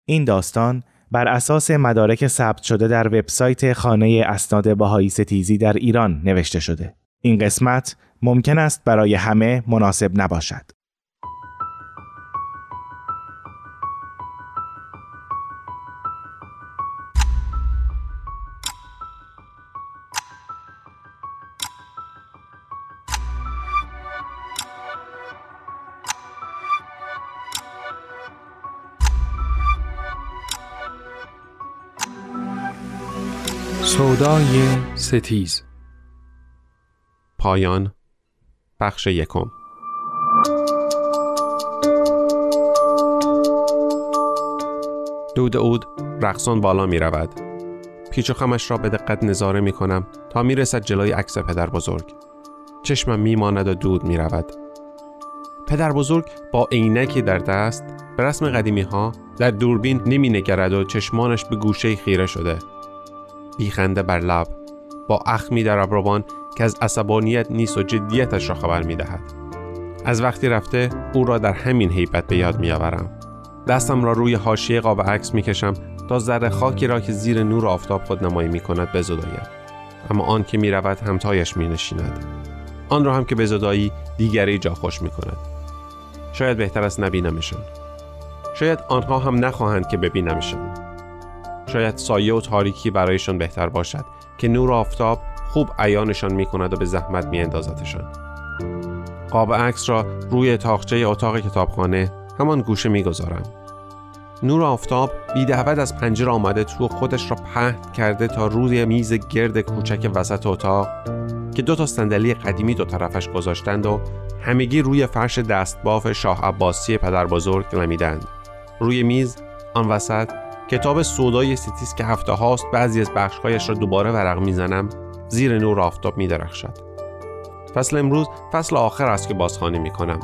این داستان بر اساس مدارک ثبت شده در وبسایت خانه اسناد بهایی ستیزی در ایران نوشته شده. این قسمت ممکن است برای همه مناسب نباشد. سودای ستیز. پایان. بخش 1. دود عود رقصان بالا می رود. پیچ و خمش را به دقت نظاره می کنم تا می رسد جلوی عکس پدر بزرگ. چشمم می ماند و دود می رود. پدر بزرگ با عینکی در دست به رسم قدیمی ها در دوربین نمی نگرد و چشمانش به گوشه خیره شده. بیخنده بر لب، با اخمی در ابروان که از عصبانیت نیست و جدیتش را خبر می دهد. از وقتی رفته او را در همین هیبت به یاد می آورم. دستم را روی حاشیه قاب عکس می کشم تا ذره خاکی را که زیر نور آفتاب خودنمایی می کند بزدایم. اما آن که می رود همتایش می نشیند. آن را هم که بزدایی دیگری جا خوش می کند. شاید بهتر است نبینمشان. شاید آنها هم نخواهند که ببینمشان. شاید سایه و تاریکی برایشان بهتر باشد که نور آفتاب خوب عیانشان می کند و به زحمت می اندازتشان. قاب عکس را روی تاقچه اتاق کتابخانه همان گوشه می گذارم. نور آفتاب بی دعوت از پنجره آمده تو خودش را پهن کرده تا روی میز گرد کوچک وسط اتاق که 2 صندلی قدیمی 2 طرفش گذاشتند و همگی روی فرش دستباف شاه عباسی پدر بزرگ نمیدند. روی میز آن وسط کتاب سودای ستیز که هفته هاست بعضی از بخش‌هایش را دوباره ورق میزنم زیر نور آفتاب می‌درخشد. فصل امروز فصل آخر است که بازخوانی می‌کنم.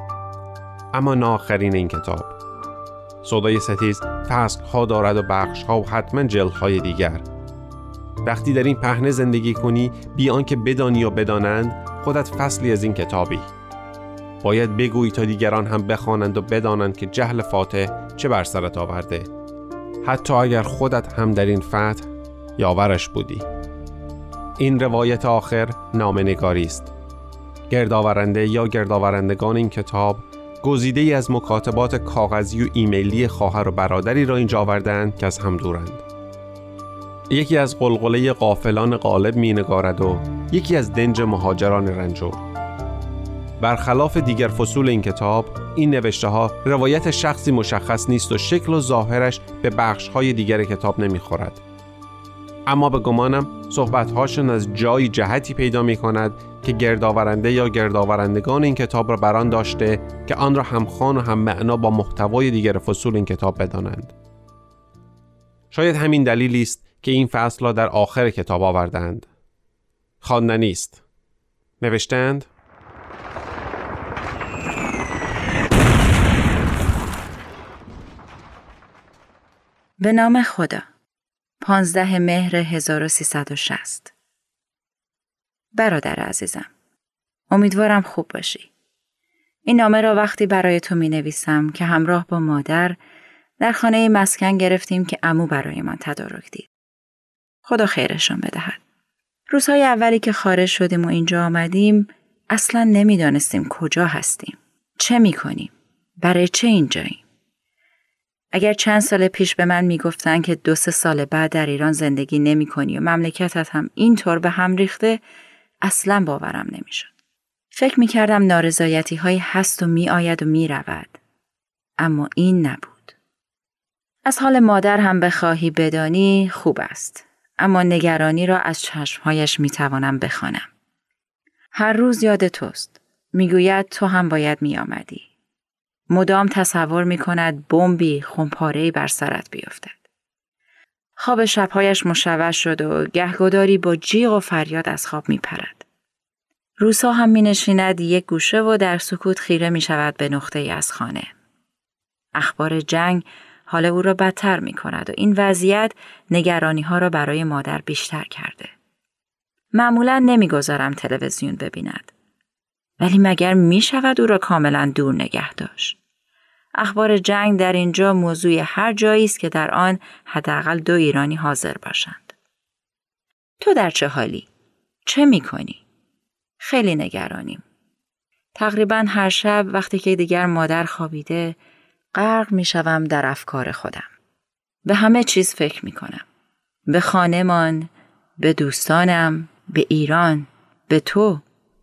اما نه آخرین این کتاب. سودای ستیز فصل‌ها دارد و بخش‌ها و حتما جلدهای دیگر. وقتی در این پهنه زندگی کنی بی آنکه بدانی و بدانند خودت فصلی از این کتابی. باید بگویی تا دیگران هم بخوانند و بدانند که جهل فاتح چه بر سرت آورده. حتی اگر خودت هم در این فتح یاورش بودی. این روایت آخر نامه‌نگاری است. گردآورنده یا گردآورندگان این کتاب گزیده ای از مکاتبات کاغذی و ایمیلی خواهر و برادری را اینجا آوردند که از هم دورند. یکی از قلقله غافلان غالب می‌نگارد و یکی از دنج مهاجران رنجور. برخلاف دیگر فصول این کتاب، این نوشته ها روایت شخصی مشخص نیست و شکل و ظاهرش به بخش های دیگر کتاب نمیخورد. اما به گمانم صحبت هاشون از جایی جهتی پیدا می کند که گردآورنده یا گردآورندگان این کتاب را بران داشته که آن را همخوان و هم معنا با محتوای دیگر فصول این کتاب بدانند. شاید همین دلیلی است که این فصل را در آخر کتاب آوردند. خواندنی است. نوشتند: به نام خدا. 15 مهر 1360. برادر عزیزم، امیدوارم خوب باشی. این نامه را وقتی برای تو می نویسم که همراه با مادر در خانه مسکن گرفتیم که عمو برای من تدارک دید. خدا خیرشان بدهد. روزهای اولی که خارج شدیم و اینجا آمدیم اصلا نمیدانستیم کجا هستیم. چه می کنیم؟ برای چه اینجاییم؟ اگر چند سال پیش به من میگفتن که 2-3 سال بعد در ایران زندگی نمی کنی و مملکتت هم اینطور به هم ریخته اصلا باورم نمیشد. فکر میکردم نارضایتی های هست و می آید و می رود. اما این نبود. از حال مادر هم بخواهی بدانی خوب است. اما نگرانی را از چشمهایش میتوانم بخوانم. هر روز یاد توست. میگوید تو هم باید می آمدی. مدام تصور می کند بمبی خمپاره‌ای بر سرت بیفتد. خواب شبهایش مشوش شد و گهگداری با جیغ و فریاد از خواب می پرد. روزها هم می نشیند یک گوشه و در سکوت خیره می شود به نقطه‌ای از خانه. اخبار جنگ حال او را بدتر می کند و این وضعیت نگرانی ها را برای مادر بیشتر کرده. معمولاً نمی گذارم تلویزیون ببیند. ولی مگر می شود او را کاملا دور نگه داشت؟ اخبار جنگ در اینجا موضوع هر جایی است که در آن حداقل 2 ایرانی حاضر باشند. تو در چه حالی؟ چه می‌کنی؟ خیلی نگرانیم. تقریباً هر شب وقتی که دیگر مادر خوابیده، غرق می‌شوم در افکار خودم. به همه چیز فکر می‌کنم. به خانه‌مان، به دوستانم، به ایران، به تو.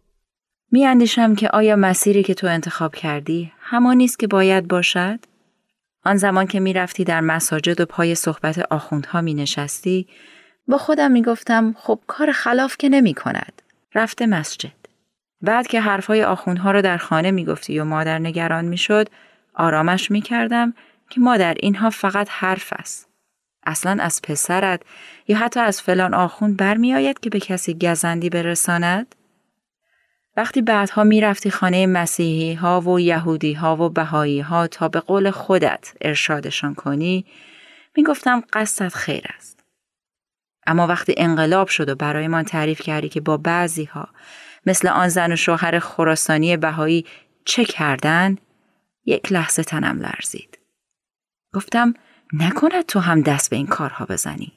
می‌اندیشم که آیا مسیری که تو انتخاب کردی همانی است که باید باشد؟ آن زمان که می‌رفتی در مساجد و پای صحبت آخوندها می‌نشستی، با خودم می‌گفتم خب کار خلاف که نمی‌کند. رفته مسجد. بعد که حرفای آخوندها رو در خانه می‌گفتی و مادر نگران می‌شد، آرامش می‌کردم که مادر اینها فقط حرف است. اصلاً از پسرت یا حتی از فلان آخوند برمی آید که به کسی گزندی برساند؟ وقتی بعدها می رفتی خانه مسیحی ها و یهودی ها و بهایی ها تا به قول خودت ارشادشان کنی، می گفتم قصدت خیر است. اما وقتی انقلاب شد و برای من تعریف کردی که با بعضی ها مثل آن زن و شوهر خراسانی بهایی چه کردن، یک لحظه تنم لرزید. گفتم نکند تو هم دست به این کارها بزنی.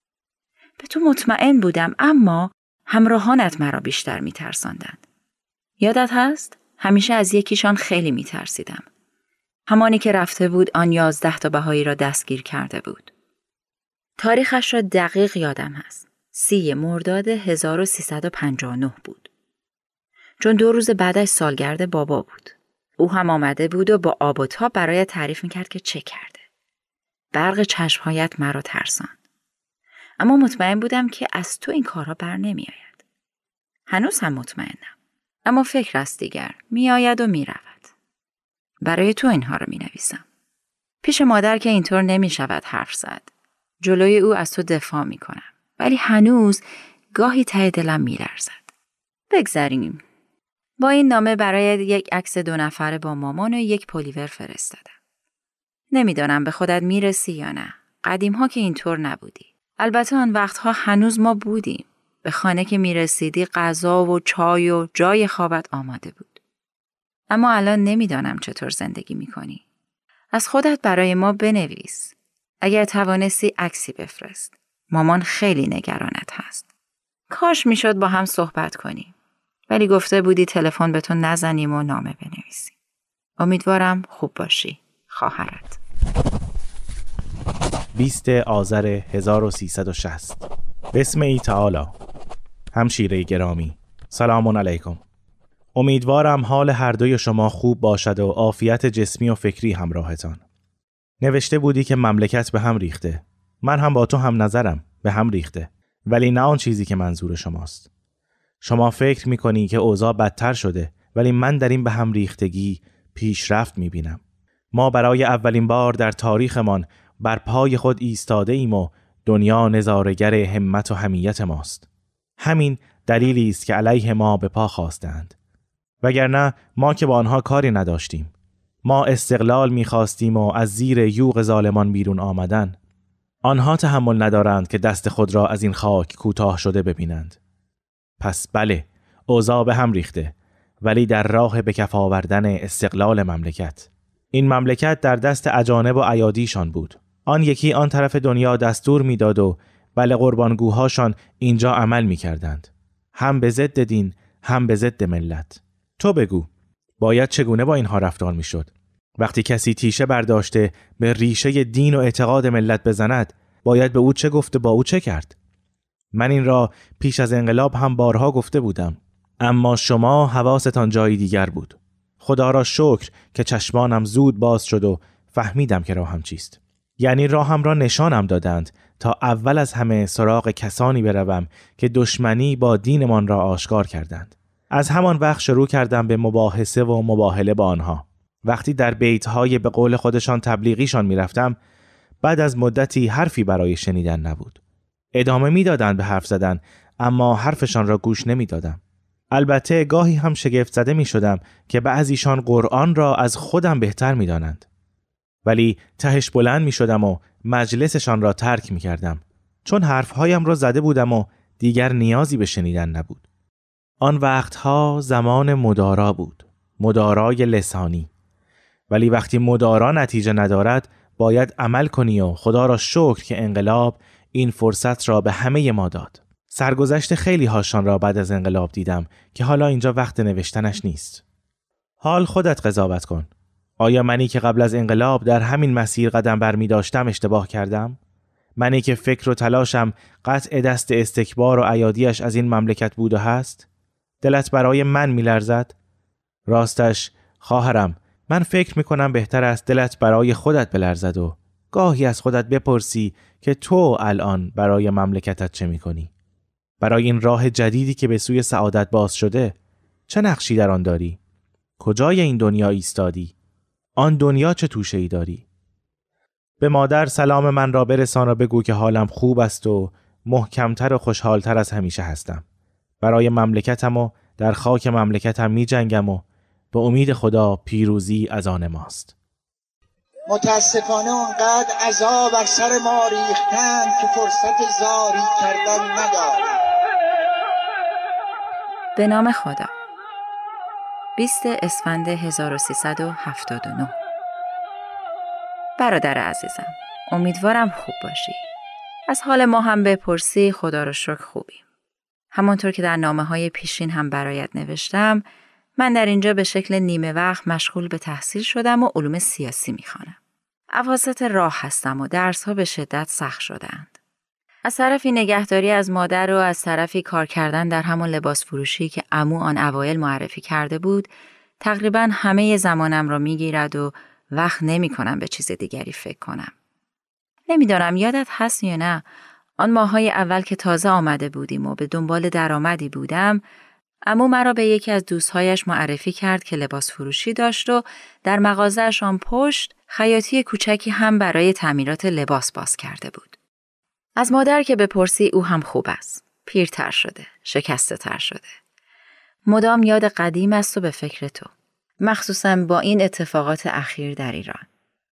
به تو مطمئن بودم اما همراهانت مرا بیشتر می‌ترساندند. یادت هست؟ همیشه از یکیشان خیلی می‌ترسیدم. همانی که رفته بود آن 11 تا بهایی را دستگیر کرده بود. تاریخش را دقیق یادم هست. 30 مرداد 1359 بود. چون 2 روز بعدش سالگرد بابا بود. او هم آمده بود و با آب و تاب برای تعریف می‌کرد که چه کرده. برق چشمهایت مرا ترساند. اما مطمئن بودم که از تو این کارها بر نمی آید. هنوز هم مطمئنم. اما فکر است دیگر می آید و می رود. برای تو اینها رو می نویسم. پیش مادر که اینطور نمی شود حرف زد. جلوی او از تو دفاع می کنم. ولی هنوز گاهی ته دلم می لرزد. بگذریم. با این نامه برای یک عکس 2 نفره با مامان و یک پلیور فرستادم. نمیدانم به خودت میرسی یا نه. قدیم‌ها که اینطور نبودی. البته آن وقتها هنوز ما بودیم. به خانه که میرسیدی غذا و چای و جای خوابت آماده بود. اما الان نمیدانم چطور زندگی میکنی. از خودت برای ما بنویس. اگر توانستی عکسی بفرست. مامان خیلی نگرانت هست. کاش میشد با هم صحبت کنیم. ولی گفته بودی تلفن به تو نزنیم و نامه بنویسیم. امیدوارم خوب باشی. خواهرت. 20 آذر 1360. بسم ای تعالی. همشیره گرامی، سلام علیکم. امیدوارم حال هر دوی شما خوب باشد و عافیت جسمی و فکری همراهتان. نوشته بودی که مملکت به هم ریخته. من هم با تو هم نظرم، به هم ریخته. ولی نه آن چیزی که منظور شماست. شما فکر میکنی که اوضاع بدتر شده، ولی من در این به هم ریختگی پیشرفت میبینم. ما برای اولین بار در تاریخمان بر پای خود ایستاده ایم و دنیا نظاره‌گر همت و حمیت ماست. همین دلیلی است که علیه ما به پا خواستند. وگرنه ما که با آنها کاری نداشتیم. ما استقلال می‌خواستیم و از زیر یوغ ظالمان بیرون آمدن. آنها تحمل ندارند که دست خود را از این خاک کوتاه شده ببینند. پس بله، اوضاع به هم ریخته، ولی در راه به کف آوردن استقلال مملکت. این مملکت در دست اجانب و ایادیشان بود. آن یکی آن طرف دنیا دستور میداد و بله قربانگوهاشان اینجا عمل میکردند. هم به ضد دین، هم به ضد ملت. تو بگو، باید چگونه با اینها رفتار میشد؟ وقتی کسی تیشه برداشته به ریشه دین و اعتقاد ملت بزند، باید به او چه گفت و با او چه کرد؟ من این را پیش از انقلاب هم بارها گفته بودم. اما شما حواستان جای دیگر بود. خدا را شکر که چشمانم زود باز شد و فهمیدم که راهم چیست. یعنی راهم را نشانم دادند تا اول از همه سراغ کسانی بروم که دشمنی با دینمان را آشکار کردند. از همان وقت شروع کردم به مباحثه و مباهله با آنها. وقتی در بیتهای به قول خودشان تبلیغیشان میرفتم، بعد از مدتی حرفی برای شنیدن نبود. ادامه میدادند به حرف زدن، اما حرفشان را گوش نمیدادم. البته گاهی هم شگفت زده می شدم که بعضیشان قرآن را از خودم بهتر می دانند. ولی تهش بلند می شدم و مجلسشان را ترک می کردم. چون حرفهایم را زده بودم و دیگر نیازی به شنیدن نبود. آن وقتها زمان مدارا بود. مدارای لسانی. ولی وقتی مدارا نتیجه ندارد باید عمل کنی و خدا را شکر که انقلاب این فرصت را به همه ما داد. سرگذشت خیلی هاشان را بعد از انقلاب دیدم که حالا اینجا وقت نوشتنش نیست. حال خودت قضاوت کن. آیا منی که قبل از انقلاب در همین مسیر قدم برمی داشتم اشتباه کردم؟ منی که فکر و تلاشم قطع دست استکبار و عیادیش از این مملکت بود و هست؟ دلت برای من می لرزد؟ راستش خواهرم، من فکر می کنم بهتر است دلت برای خودت بلرزد و گاهی از خودت بپرسی که تو الان برای مملکتت چه می کنی؟ برای این راه جدیدی که به سوی سعادت باز شده چه نقشی در آن داری؟ کجای این دنیا ایستادی؟ آن دنیا چه توشه‌ای داری؟ به مادر سلام من را برسان و بگو که حالم خوب است و محکمتر و خوشحالتر از همیشه هستم. برای مملکتم و در خاک مملکتم می جنگم و به امید خدا پیروزی از آن ماست. متاسفانه اونقدر عذاب بر سر ما ریختند که فرصت زاری کردن نداریم. به نام خدا. 20 اسفند 1379. برادر عزیزم، امیدوارم خوب باشی. از حال ما هم بپرسی، خدا رو شکر خوبیم. همانطور که در نامه‌های پیشین هم برایت نوشتم، من در اینجا به شکل نیمه وقت مشغول به تحصیل شدم و علوم سیاسی میخوانم. اواسط راه هستم و درس‌ها به شدت سخت شدند. از طرفی نگهداری از مادر و از طرفی کار کردن در همون لباس فروشی که عمو آن اوایل معرفی کرده بود، تقریباً همه زمانم را میگیرد و وقت نمی‌کنم به چیز دیگری فکر کنم. نمیدانم یادت هست یا نه، آن ماهای اول که تازه آمده بودیم و به دنبال درآمدی بودم، عمو مرا به یکی از دوستهایش معرفی کرد که لباس فروشی داشت و در مغازه‌اش آن پشت خیاطی کوچکی هم برای تعمیرات لباس باز کرده بود. از مادر که بپرسی او هم خوب است. پیرتر شده، شکسته تر شده. مدام یاد قدیم است و به فکر تو. مخصوصاً با این اتفاقات اخیر در ایران.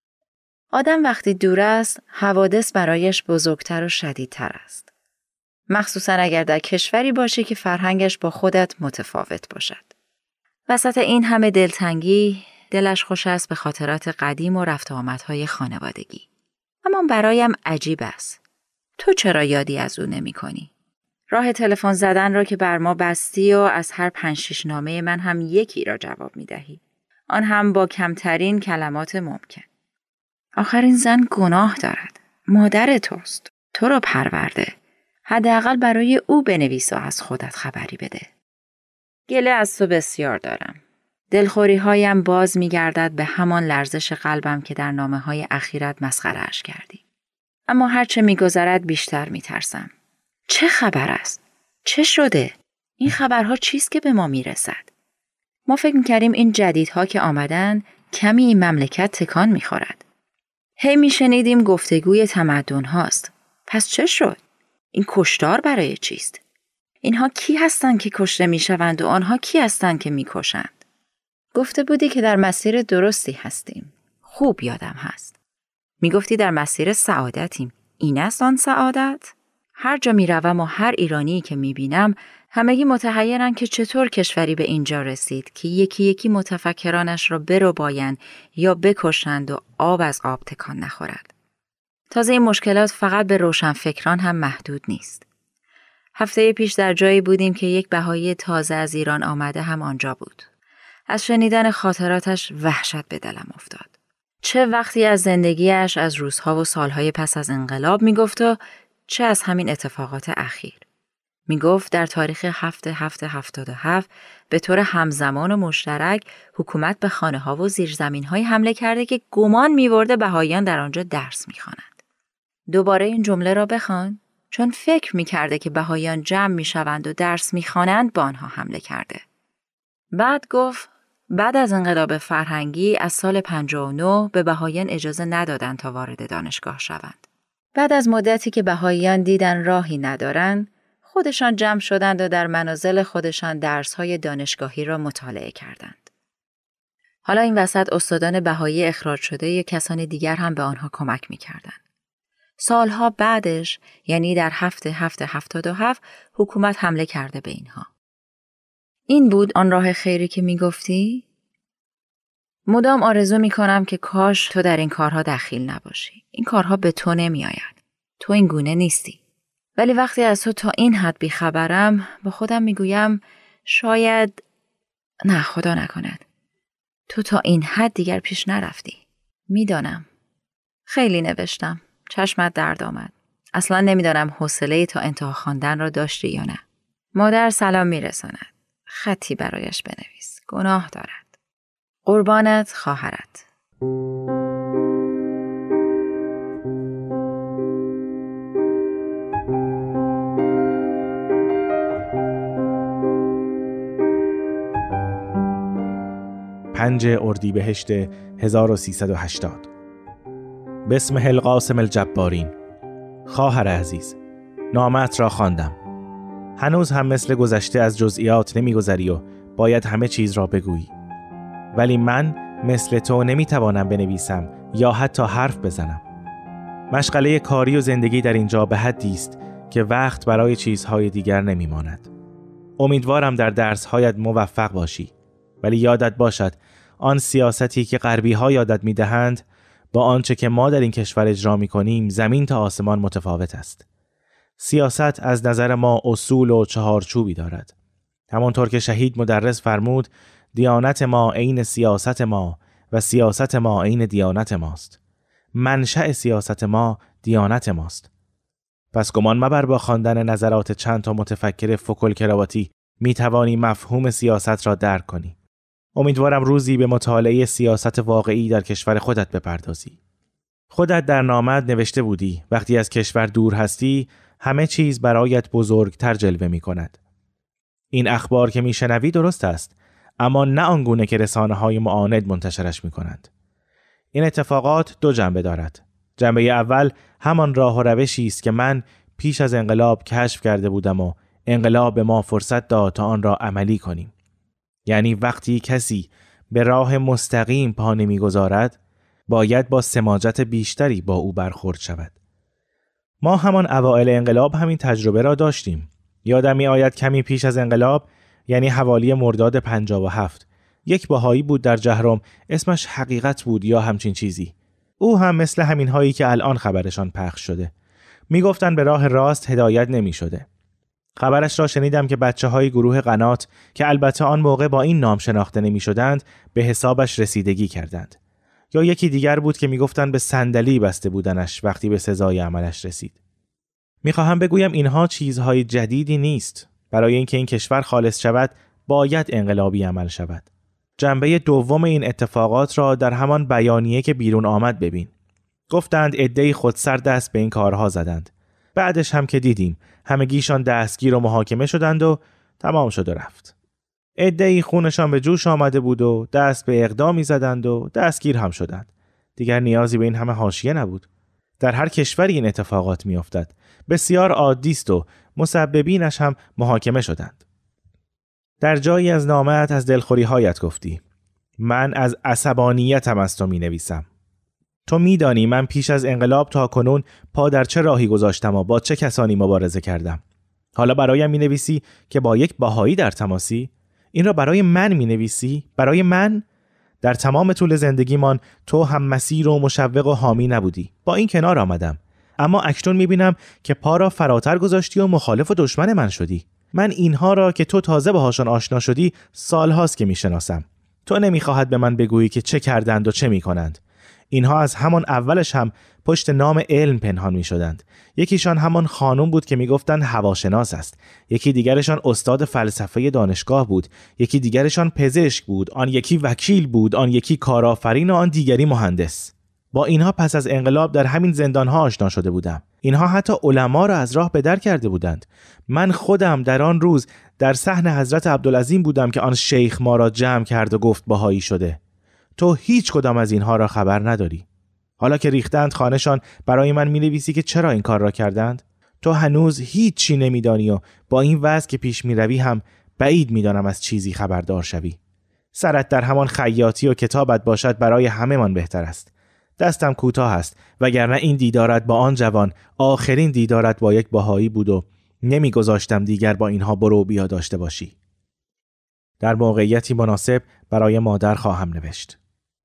آدم وقتی دور است، حوادث برایش بزرگتر و شدیدتر است. مخصوصاً اگر در کشوری باشی که فرهنگش با خودت متفاوت باشد. وسط این همه دلتنگی، دلش خوش است به خاطرات قدیم و رفت و آمدهای خانوادگی. اما برایم عجیب است. تو چرا یادی از او نمی کنی؟ راه تلفن زدن را که بر ما بستی و از هر 5-6 نامه من هم یکی را جواب می دهی. آن هم با کمترین کلمات ممکن. آخر این زن گناه دارد. مادر توست. تو را پرورده. حداقل برای او بنویس و از خودت خبری بده. گله از تو بسیار دارم. دلخوری هایم باز می گردد به همان لرزش قلبم که در نامه های اخیرت مسخره‌اش کردی. اما هرچه می گذرد بیشتر می ترسم. چه خبر است؟ چه شده؟ این خبرها چیست که به ما می رسد؟ ما فکر می کردیم این جدیدها که آمدن کمی این مملکت تکان می خورد. هی می شنیدیم گفتگوی تمدن هاست. پس چه شد؟ این کشتار برای چیست؟ اینها کی هستند که کشته می شوند و آنها کی هستند که می کشند؟ گفته بودی که در مسیر درستی هستیم. خوب یادم هست. می گفتی در مسیر سعادتیم. این است آن سعادت؟ هر جا می روم و هر ایرانی که می بینم همگی متحیرن که چطور کشوری به اینجا رسید که یکی یکی متفکرانش را بربایند یا بکشند و آب از آب تکان نخورد. تازه این مشکلات فقط به روشنفکران هم محدود نیست. هفته پیش در جایی بودیم که یک بهایی تازه از ایران آمده هم آنجا بود. از شنیدن خاطراتش وحشت به دلم افتاد. چه وقتی از زندگیش از روزها و سالهای پس از انقلاب میگفت و چه از همین اتفاقات اخیر. میگفت در تاریخ 7/7/77 به طور همزمان و مشترک حکومت به خانه‌ها و زیرزمین‌های حمله کرده که گمان می‌برده بهائیان در آنجا درس می‌خوانند. دوباره این جمله را بخوان، چون فکر می‌کرده که بهائیان جمع می‌شوند و درس می‌خوانند با آنها حمله کرده. بعد گفت بعد از انقلاب فرهنگی از سال 59 به بهائیان اجازه ندادند تا وارد دانشگاه شوند. بعد از مدتی که بهائیان دیدن راهی ندارند، خودشان جمع شدند و در منازل خودشان درس‌های دانشگاهی را مطالعه کردند. حالا این وسط استادان بهایی اخراج شده یا کسان دیگر هم به آنها کمک می‌کردند. سالها بعدش، یعنی در 7/7/77 حکومت حمله کرده به اینها. این بود آن راه خیری که می‌گفتی؟ مدام آرزو میکنم که کاش تو در این کارها دخیل نباشی. این کارها به تو نمیآید. تو این گونه نیستی. ولی وقتی از تو تا این حد بیخبرم با خودم میگویم شاید نه، خدا نکند. تو تا این حد دیگر پیش نرفتی. میدانم. خیلی نوشتم. چشمت درد آمد. اصلا نمیدانم حوصله تا انتها خواندن را داشتی یا نه. مادر سلام میرساند. خطی برایش بنویس. گناه دارد. قربانت خواهرت. پنج اردیبهشت 1380. بسم القاسم الجبارین. خواهر عزیز، نامت را خواندم. هنوز هم مثل گذشته از جزئیات نمیگذری و باید همه چیز را بگویی. ولی من مثل تو نمیتوانم بنویسم یا حتی حرف بزنم. مشغله کاری و زندگی در اینجا به حدی است که وقت برای چیزهای دیگر نمیماند. امیدوارم در درسهایت موفق باشی، ولی یادت باشد آن سیاستی که غربی‌ها یادت میدهند با آنچه که ما در این کشور اجرا می‌کنیم زمین تا آسمان متفاوت است. سیاست از نظر ما اصول و چهارچوبی دارد. همانطور که شهید مدرس فرمود دیانت ما عین سیاست ما و سیاست ما عین دیانت ماست. منشأ سیاست ما دیانت ماست. پس گمان مبر با خواندن نظرات چند تا متفکر فوکل کراواتی میتوانی مفهوم سیاست را درک کنی. امیدوارم روزی به مطالعه سیاست واقعی در کشور خودت بپردازی. خودت در نامت نوشته بودی وقتی از کشور دور هستی همه چیز برایت بزرگتر جلوه می کند. این اخبار که می شنوی درست است، اما نه آنگونه که رسانه‌های معاند منتشرش می کنند. این اتفاقات دو جنبه دارد. جنبه اول همان راه و روشی است که من پیش از انقلاب کشف کرده بودم و انقلاب به ما فرصت داد تا آن را عملی کنیم. یعنی وقتی کسی به راه مستقیم پا نمی‌گذارد، باید با سماجت بیشتری با او برخورد شود. ما همان اوائل انقلاب همین تجربه را داشتیم. یادم می‌آید کمی پیش از انقلاب، یعنی حوالی مرداد 57، یک بهایی بود در جهرم، اسمش حقیقت بود یا همچین چیزی. او هم مثل همین هایی که الان خبرشان پخش شده. میگفتن به راه راست هدایت نمی شده. خبرش را شنیدم که بچه‌های گروه قنات که البته آن موقع با این نام شناخته نمی شدند به حسابش رسیدگی کردند. یا یکی دیگر بود که میگفتن به صندلی بسته بودنش وقتی به سزای عملش رسید. میخواهم بگویم اینها چیزهای جدیدی نیست. برای اینکه این کشور خالص شود باید انقلابی عمل شود. جنبه دوم این اتفاقات را در همان بیانیه که بیرون آمد ببین. گفتند عده‌ای خودسر دست به این کارها زدند. بعدش هم که دیدیم همگیشان دستگیر و محاکمه شدند و تمام شد و رفت. عده‌ای خونشان به جوش آمده بود و دست به اقدامی زدند و دستگیر هم شدند. دیگر نیازی به این همه حاشیه نبود. در هر کشوری این اتفاقات میافتد. بسیار عادی است و مسببینش هم محاکمه شدند. در جایی از نامه‌ات از دلخوری هایت گفتی. من از عصبانیتم از تو می نویسم. تو می دانی من پیش از انقلاب تا کنون پا در چه راهی گذاشتم و با چه کسانی مبارزه کردم. حالا برایم می نویسی که با یک بهایی در تماسی؟ این را برای من می نویسی؟ برای من؟ در تمام طول زندگیمان تو هم مسیر و مشوق و حامی نبودی. با این کنار آمدم. اما اکنون می بینم که پا را فراتر گذاشتی و مخالف و دشمن من شدی. من اینها را که تو تازه باهاشون آشنا شدی سالهاست که میشناسم. تو نمیخواهد به من بگویی که چه کردند و چه میکنند. اینها از همان اولش هم پشت نام علم پنهان میشدند. یکیشان همان خانم بود که میگفتند هواشناس است. یکی دیگرشان استاد فلسفه دانشگاه بود. یکی دیگرشان پزشک بود. آن یکی وکیل بود. آن یکی کارآفرین و آن دیگری مهندس. با اینها پس از انقلاب در همین زندانها آشنا شده بودم. اینها حتی علما را از راه به در کرده بودند. من خودم در آن روز در صحن حضرت عبدالعظیم بودم که آن شیخ ما را جمع کرد و گفت بهایی شده. تو هیچ کدام از اینها را خبر نداری. حالا که ریختند خانه‌شان برای من می‌نویسی که چرا این کار را کردند؟ تو هنوز هیچی نمی‌دانی و با این وضع که پیش می‌روی هم بعید می‌دانم از چیزی خبردار شوی. سرت در همان خیاطی و کتابت باشد برای همه‌مان بهتر است. دستم کوتاه است وگرنه این دیدارت با آن جوان آخرین دیدارت با یک بهایی بود و نمیگذاشتم دیگر با اینها برو بیا داشته باشی. در موقعیتی مناسب برای مادر خواهم نوشت.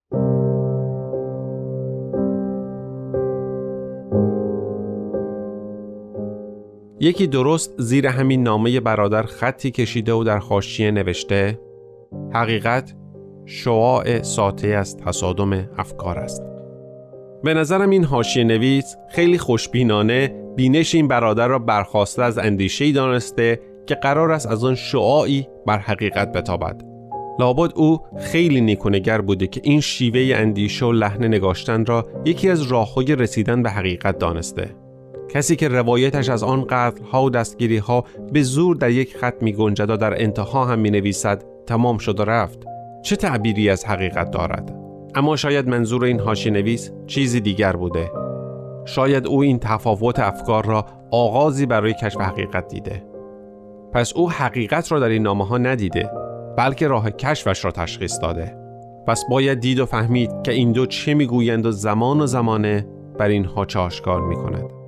یکی درست زیر همین نامه برادر خطی کشیده و در حاشیه نوشته: حقیقت شعاع ساطع از تصادم افکار است. به نظرم این حاشیه نویس خیلی خوشبینانه بینش این برادر را برخاسته از اندیشه‌ای دانسته که قرار است از آن شعاعی بر حقیقت بتابد. لابد او خیلی نیکونگر بوده که این شیوه اندیشه و لحن نگاشتن را یکی از راه‌های رسیدن به حقیقت دانسته. کسی که روایتش از آن قتل‌ها و دستگیری‌ها به زور در یک خط می‌گنجد و در انتها هم می‌نویسد تمام شد و رفت، چه تعبیری از حقیقت دارد؟ اما شاید منظور این حاشیه‌نویس چیزی دیگر بوده. شاید او این تفاوت افکار را آغازی برای کشف حقیقت دیده. پس او حقیقت را در این نامه‌ها ندیده، بلکه راه کشفش را تشخیص داده. پس باید دید و فهمید که این دو چه میگویند و زمان و زمانه بر اینها چه آشکار می‌کند.